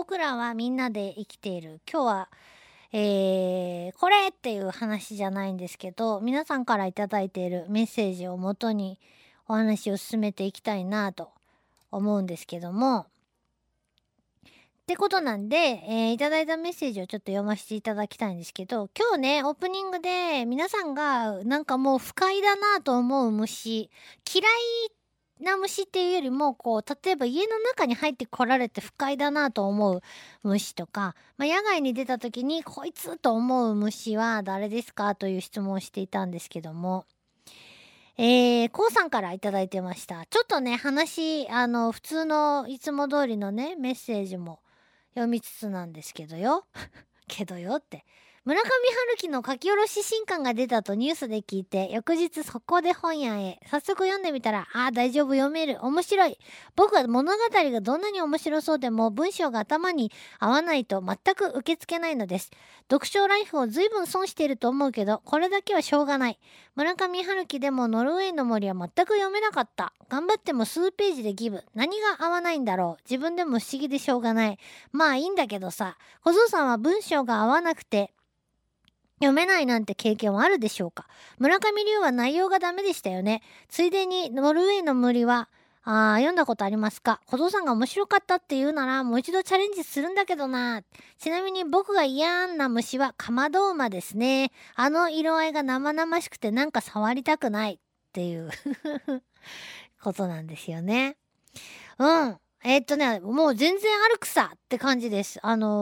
僕らはみんなで生きている。今日は、これっていう話じゃないんですけど、皆さんからいただいているメッセージをもとにお話を進めていきたいなと思うんですけども、ってことなんで、いただいたメッセージをちょっと読ませていただきたいんですけど、今日ね、オープニングで皆さんがなんかもう不快だなと思う虫、嫌いな虫っていうよりも、こう、例えば家の中に入ってこられて不快だなと思う虫とか、野外に出た時にこいつと思う虫は誰ですかという質問をしていたんですけども、こうさんからいただいてました。ちょっとね、話、普通のいつも通りのね、メッセージも読みつつなんですけどよ。けどよって。村上春樹の書き下ろし新刊が出たとニュースで聞いて、翌日速攻で本屋へ。早速読んでみたら、大丈夫読める。面白い。僕は物語がどんなに面白そうでも、文章が頭に合わないと全く受け付けないのです。読書ライフを随分損していると思うけど、これだけはしょうがない。村上春樹でもノルウェーの森は全く読めなかった。頑張っても数ページでギブ。何が合わないんだろう。自分でも不思議でしょうがない。まあいいんだけどさ、小僧さんは文章が合わなくて読めないなんて経験はあるでしょうか。村上龍は内容がダメでしたよね。ついでにノルウェーの森は読んだことありますか？小僧さんが面白かったって言うならもう一度チャレンジするんだけどな。ちなみに僕が嫌な虫はカマドウマですね。あの色合いが生々しくてなんか触りたくないっていうことなんですよね。もう全然歩くさって感じです。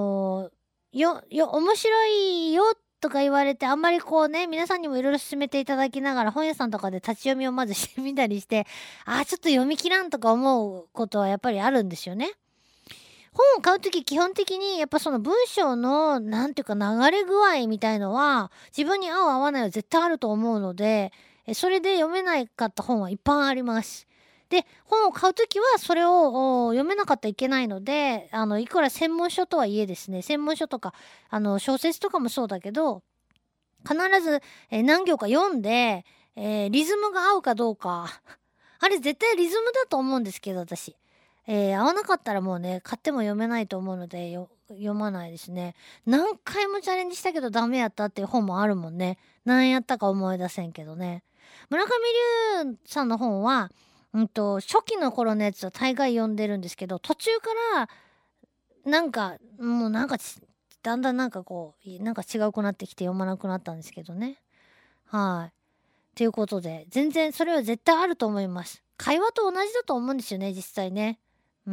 面白いよとか言われて、あんまりこうね、皆さんにもいろいろ勧めていただきながら、本屋さんとかで立ち読みをまずしてみたりして、ちょっと読み切らんとか思うことはやっぱりあるんですよね。本を買うとき基本的にやっぱその文章のなんていうか流れ具合みたいのは自分に合う合わないは絶対あると思うので、それで読めないかった本はいっぱいあります。で、本を買うときはそれを読めなかったらいけないので、いくら専門書とはいえですね、専門書とか、小説とかもそうだけど、必ず、何行か読んで、リズムが合うかどうか、あれ絶対リズムだと思うんですけど、私。合わなかったらもうね、買っても読めないと思うので、読まないですね。何回もチャレンジしたけどダメやったっていう本もあるもんね。何やったか思い出せんけどね。村上龍さんの本は、初期の頃のやつは大概読んでるんですけど、途中から、もうだんだんなんかこう、なんか違うくなってきて読まなくなったんですけどね。はい。ということで、全然それは絶対あると思います。会話と同じだと思うんですよね、実際ね。うん。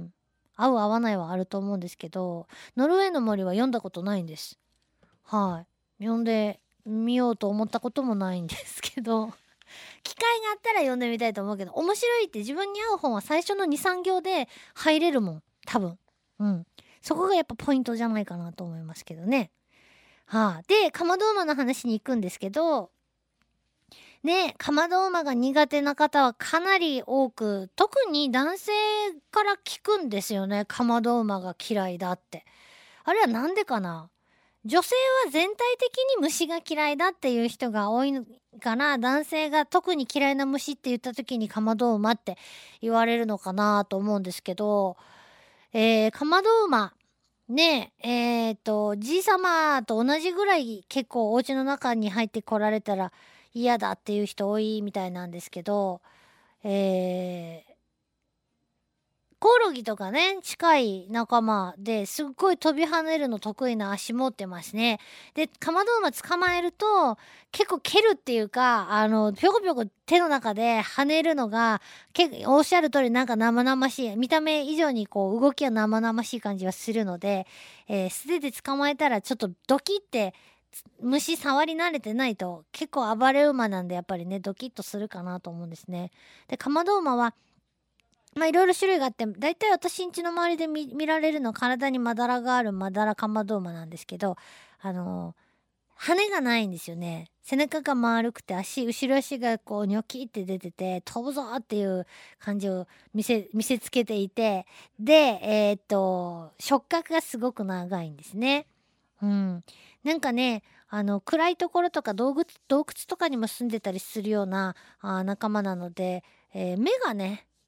合う合わないはあると思うんですけど、ノルウェーの森は読んだことないんです。はい。読んでみようと思ったこともないんですけど、機会があったら読んでみたいと思うけど、面白いって自分に合う本は最初の2、3行で入れるもん。多分。うん。そこがやっぱポイントじゃないかなと思いますけどね。で、カマドウマの話に行くんですけど、ね、カマドウマが苦手な方はかなり多く、特に男性から聞くんですよね。カマドウマが嫌いだって。あれはなんでかな？女性は全体的に虫が嫌いだっていう人が多いから、男性が特に嫌いな虫って言った時にカマドウマって言われるのかなと思うんですけど、カマドウマ、ねじいさまと同じぐらい結構お家の中に入ってこられたら嫌だっていう人多いみたいなんですけど、えーコオロギとかね、近い仲間ですっごい飛び跳ねるの得意な足持ってますね。で、カマドウマ捕まえると、結構蹴るっていうか、ぴょこぴょこ手の中で跳ねるのが、おっしゃる通りなんか生々しい、見た目以上にこう動きが生々しい感じはするので、素手で捕まえたらちょっとドキって、虫触り慣れてないと結構暴れ馬なんでやっぱりね、ドキッとするかなと思うんですね。で、カマドウマはいろいろ種類があって、だいたい私ん家の周りで見られるの体にまだらがあるまだらカマドウマなんですけど、羽がないんですよね。背中が丸くて後ろ足がこうニョキって出てて、飛ぶぞっていう感じを見せつけていて、で、触覚がすごく長いんですね。うん。なんかね、暗いところとか洞窟とかにも住んでたりするような仲間なので、目がね、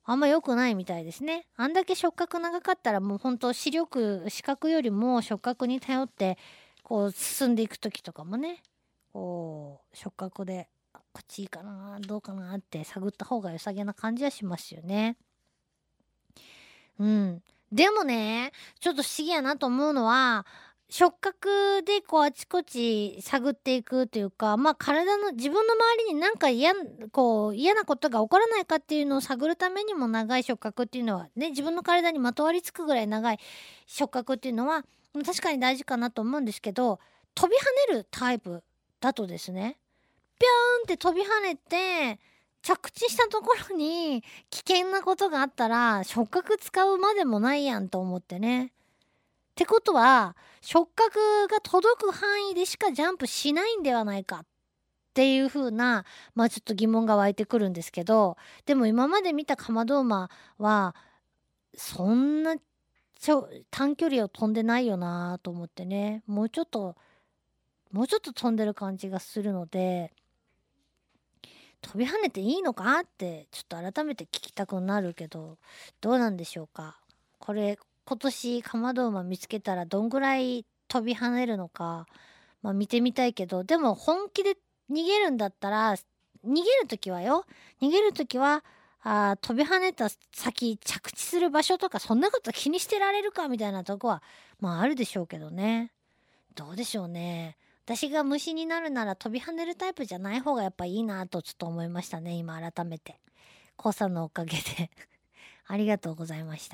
あんま良くないみたいですね。あんだけ触覚長かったらもうほんと視覚よりも触覚に頼ってこう進んでいく時とかもね、こう触覚でこっちいいかなどうかなって探った方が良さげな感じはしますよね。うん。でもね、ちょっと不思議やなと思うのは、触覚でこうあちこち探っていくというか、まあ自分の周りになんか嫌なことが起こらないかっていうのを探るためにも長い触覚っていうのはね、自分の体にまとわりつくぐらい長い触覚っていうのは確かに大事かなと思うんですけど、飛び跳ねるタイプだとですね、ぴょーんって飛び跳ねて、着地したところに危険なことがあったら、触覚使うまでもないやんと思ってね。ってことは、触覚が届く範囲でしかジャンプしないんではないかっていう風な、まあちょっと疑問が湧いてくるんですけど、でも今まで見たカマドーマは、そんな短距離を飛んでないよなと思ってね、もうちょっと飛んでる感じがするので、飛び跳ねていいのかってちょっと改めて聞きたくなるけど、どうなんでしょうか。これ今年カマドウマ見つけたらどんぐらい飛び跳ねるのか、まあ見てみたいけど、でも本気で逃げるんだったら、逃げる時は飛び跳ねた先着地する場所とかそんなこと気にしてられるかみたいなとこはまああるでしょうけどね。どうでしょうね。私が虫になるなら飛び跳ねるタイプじゃない方がやっぱいいなとちょっと思いましたね。今改めて。コウさんのおかげでありがとうございました。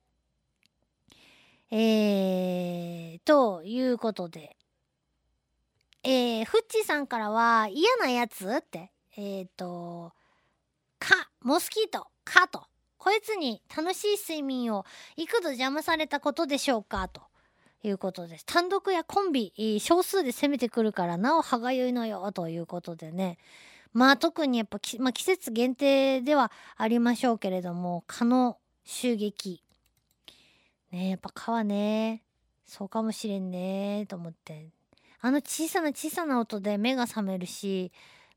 ということで。フッチーさんからは嫌なやつって、モスキート、と。こいつに楽しい睡眠を幾度邪魔されたことでしょうかと。いうことです。単独やコンビ、少数で攻めてくるからなお歯がゆいのよということでね。まあ特にやっぱ季節限定ではありましょうけれども、蚊の襲撃。ね、やっぱ蚊はね、そうかもしれんねと思って。あの小さな小さな音で目が覚めるし、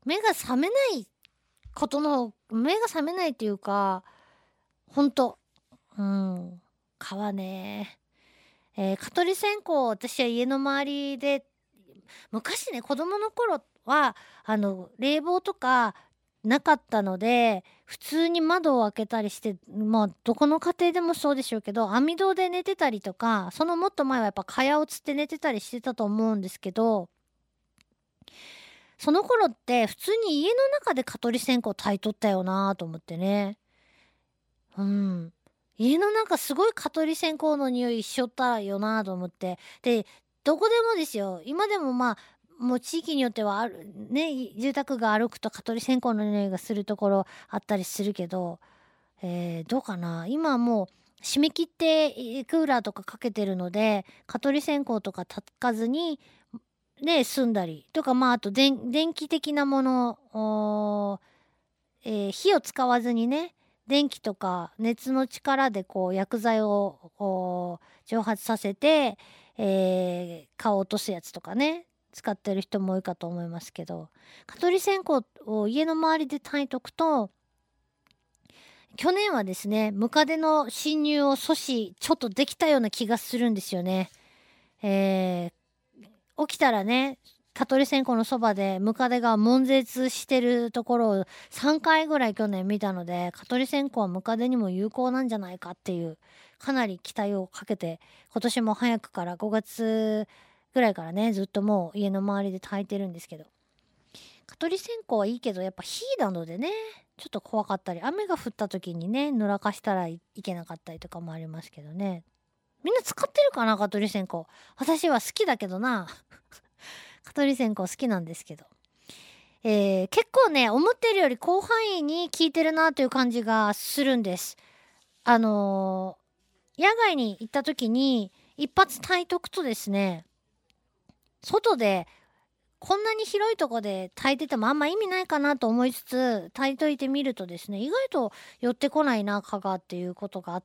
目が覚めないっていうか、ほんと、蚊はね、蚊取り線香を私は家の周りで昔ね子供の頃は冷房とかなかったので普通に窓を開けたりしてまあどこの家庭でもそうでしょうけど網戸で寝てたりとかそのもっと前はやっぱ蚊帳をつって寝てたりしてたと思うんですけどその頃って普通に家の中で蚊取り線香焚いとったよなと思ってね。うん。家の中すごい蚊取り線香の匂いしょったよなと思って。で、どこでもですよ。今でもまあ、もう地域によってはある、ね、住宅が歩くと蚊取り線香の匂いがするところあったりするけど、どうかな。今はもう締め切ってクーラーとかかけてるので、蚊取り線香とか焚かずに、ね、済んだり。とか、まあ、あと電気的なもの、火を使わずにね、電気とか熱の力でこう薬剤をこう蒸発させて、蚊を落とすやつとかね、使ってる人も多いかと思いますけど、蚊取り線香を家の周りで焚いとくと、去年はですね、ムカデの侵入を阻止、ちょっとできたような気がするんですよね。起きたらね、蚊取り線香のそばでムカデが悶絶してるところを3回ぐらい去年見たので、蚊取り線香はムカデにも有効なんじゃないかっていう、かなり期待をかけて、今年も早くから5月ぐらいからね、ずっともう家の周りで焚いてるんですけど。蚊取り線香はいいけど、やっぱ火なのでね、ちょっと怖かったり、雨が降った時にね、濡らかしたらいけなかったりとかもありますけどね。みんな使ってるかな、蚊取り線香。私は好きだけどな。蚊取り線香好きなんですけど。結構ね、思ってるより広範囲に効いてるなという感じがするんです。野外に行った時に一発焚いとくとですね、外でこんなに広いとこで焚いててもあんま意味ないかなと思いつつ焚いといてみるとですね、意外と寄ってこないな蚊がっていうことがあって、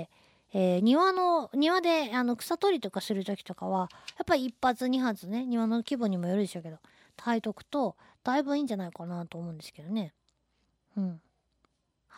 庭で草取りとかする時とかはやっぱり1発2発ね、庭の規模にもよるでしょうけど焚いとくとだいぶいいんじゃないかなと思うんですけどね。うん。はい。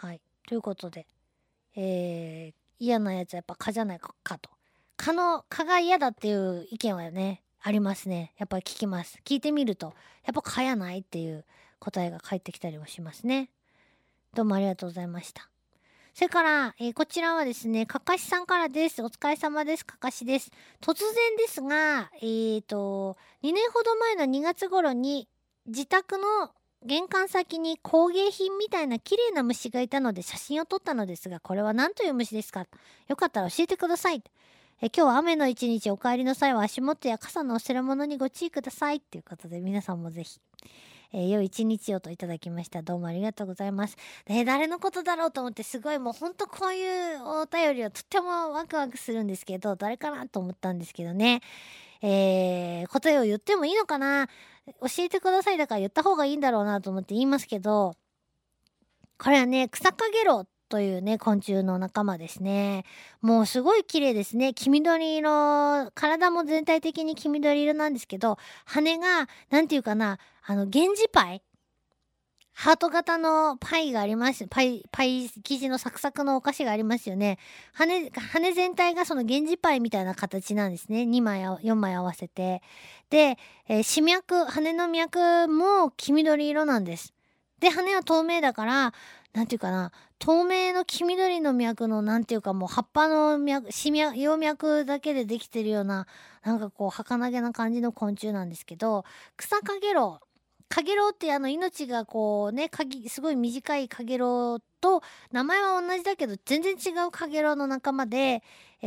ということで、嫌なやつはやっぱ蚊じゃないかと。蚊が嫌だっていう意見はね、ありますね。やっぱり聞きます。聞いてみると、やっぱ蚊やないっていう答えが返ってきたりもしますね。どうもありがとうございました。それから、こちらはですね、かかしさんからです。お疲れ様です。かかしです。突然ですが、2年ほど前の2月頃に、自宅の玄関先に工芸品みたいな綺麗な虫がいたので写真を撮ったのですが、これは何という虫ですか？よかったら教えてください。今日は雨の一日、お帰りの際は足元や傘の忘れ物にご注意ください。ということで、皆さんもぜひ。良い一日をといただきました。どうもありがとうございます。誰のことだろうと思って、すごいもうほんとこういうお便りはとってもワクワクするんですけど、誰かなと思ったんですけどね。答えを言ってもいいのかな？教えてくださいだから言った方がいいんだろうなと思って言いますけど、これはね、草かげろうというね、昆虫の仲間ですね。もうすごい綺麗ですね。黄緑色、体も全体的に黄緑色なんですけど、羽が、なんていうかな、源氏パイハート型のパイがあります。パイ生地のサクサクのお菓子がありますよね。羽全体がその源氏パイみたいな形なんですね。2枚、4枚合わせて。で、羽の脈も黄緑色なんです。で、羽は透明だから、なんていうかな、透明の黄緑の脈の、なんていうかもう葉っぱの葉脈だけでできてるような、なんかこう、儚げな感じの昆虫なんですけど、草かげろう。かげろうって命がこうね、すごい短いかげろうと、名前は同じだけど、全然違うかげろうの仲間で、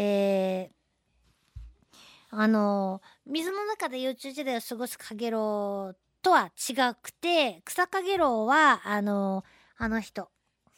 水の中で幼虫時代を過ごすかげろうとは違くて、草かげろうは、人、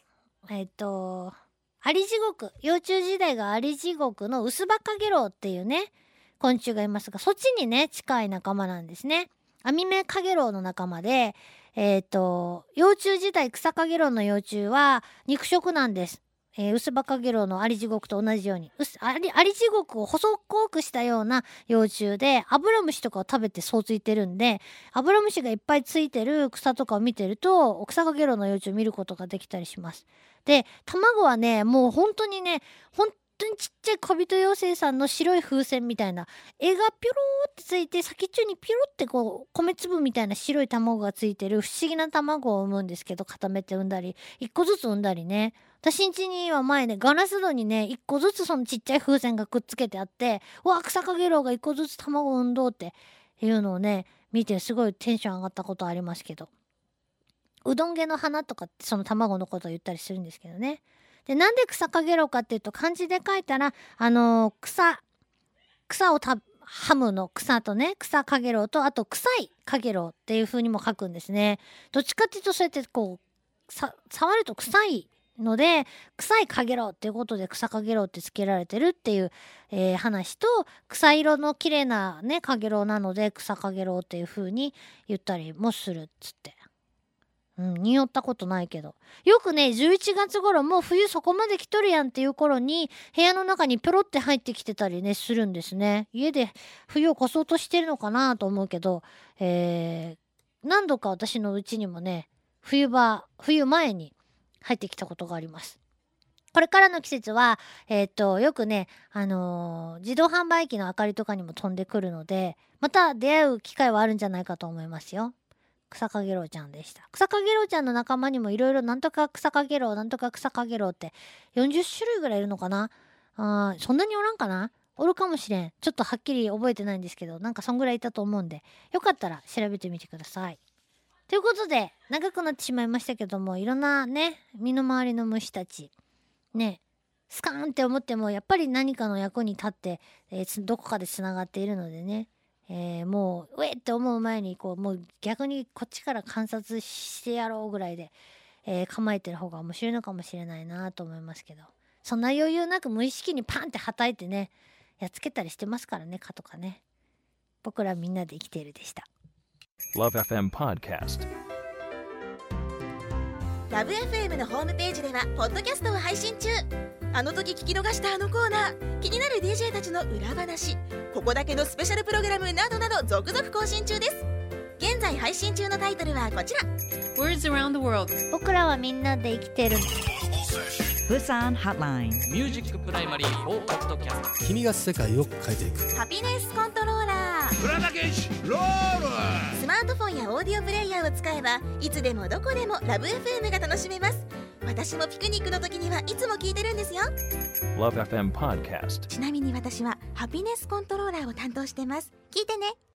アリジゴク、幼虫時代がアリジゴクのウスバカゲロウっていうね、昆虫がいますが、そっちにね、近い仲間なんですね。アミメカゲロウの仲間で、幼虫時代草カゲロウの幼虫は肉食なんです。ウスバカゲロウのアリジゴクと同じように。アリジゴクを細くしたような幼虫で、アブラムシとかを食べてそうついてるんで、アブラムシがいっぱいついてる草とかを見てると、草カゲロウの幼虫を見ることができたりします。で、卵はね、もう本当にちっちゃい小人妖精さんの白い風船みたいな絵がピョローってついて、先っちょにピョロってこう米粒みたいな白い卵がついてる不思議な卵を産むんですけど、固めて産んだり1個ずつ産んだりね。私ん家には前ね、ガラス戸にね1個ずつそのちっちゃい風船がくっつけてあって、うわ草かげろうが1個ずつ卵を産んどうっていうのをね見て、すごいテンション上がったことありますけど、うどんげの花とかってその卵のことを言ったりするんですけどね。で、なんで草かげろうかっていうと、漢字で書いたら、草をハムの草とね、草かげろうと、あと臭いかげろうっていう風にも書くんですね。どっちかっていうと、そうやってこう、触ると臭いので、臭いかげろうっていうことで草かげろうって付けられてるっていう、話と、草色の綺麗なね、かげろうなので、草かげろうっていう風に言ったりもするっつって。匂ったことないけど。よくね、11月頃もう冬そこまで来とるやんっていう頃に、部屋の中にペロって入ってきてたりね、するんですね。家で冬を越そうとしてるのかなと思うけど、何度か私のうちにもね、冬前に入ってきたことがあります。これからの季節は、よくね、自動販売機の明かりとかにも飛んでくるので、また出会う機会はあるんじゃないかと思いますよ。草かげろうちゃんでした。草かげろうちゃんの仲間にもいろいろなんとか草かげろう、なんとか草かげろうって40種類ぐらいいるのかな。そんなにおらんかな。おるかもしれん。ちょっとはっきり覚えてないんですけど、なんかそんぐらいいたと思うんで、よかったら調べてみてください。ということで、長くなってしまいましたけども、いろんなね、身の回りの虫たち、ね、スカーンって思っても、やっぱり何かの役に立って、どこかでつながっているのでね、もうって思う前にもう逆にこっちから観察してやろうぐらいで、構えてる方が面白いのかもしれないなと思いますけど、そんな余裕なく無意識にパンって叩いてねやっつけたりしてますからね、蚊とかね。僕らみんなで生きているでした。 LoveFM Podcast。 LoveFM のホームページではポッドキャストを配信中。あの時聞き逃したあのコーナー、気になる DJ たちの裏話、ここだけのスペシャルプログラムなどなど続々更新中です。現在配信中のタイトルはこちら。 Words around the world。 僕らはみんなで生きてる。 Busan Hotline ミュージックプライマリー4ポッドキャスト。 君が世界を変えていく。 ハピネスコントローラー。スマートフォンやオーディオプレイヤーを使えばいつでもどこでもラブ FM が楽しめます。私もピクニックの時にはいつも聞いてるんですよ。 Love FM Podcast。 ちなみに私はハピネスコントローラーを担当してます。聞いてね。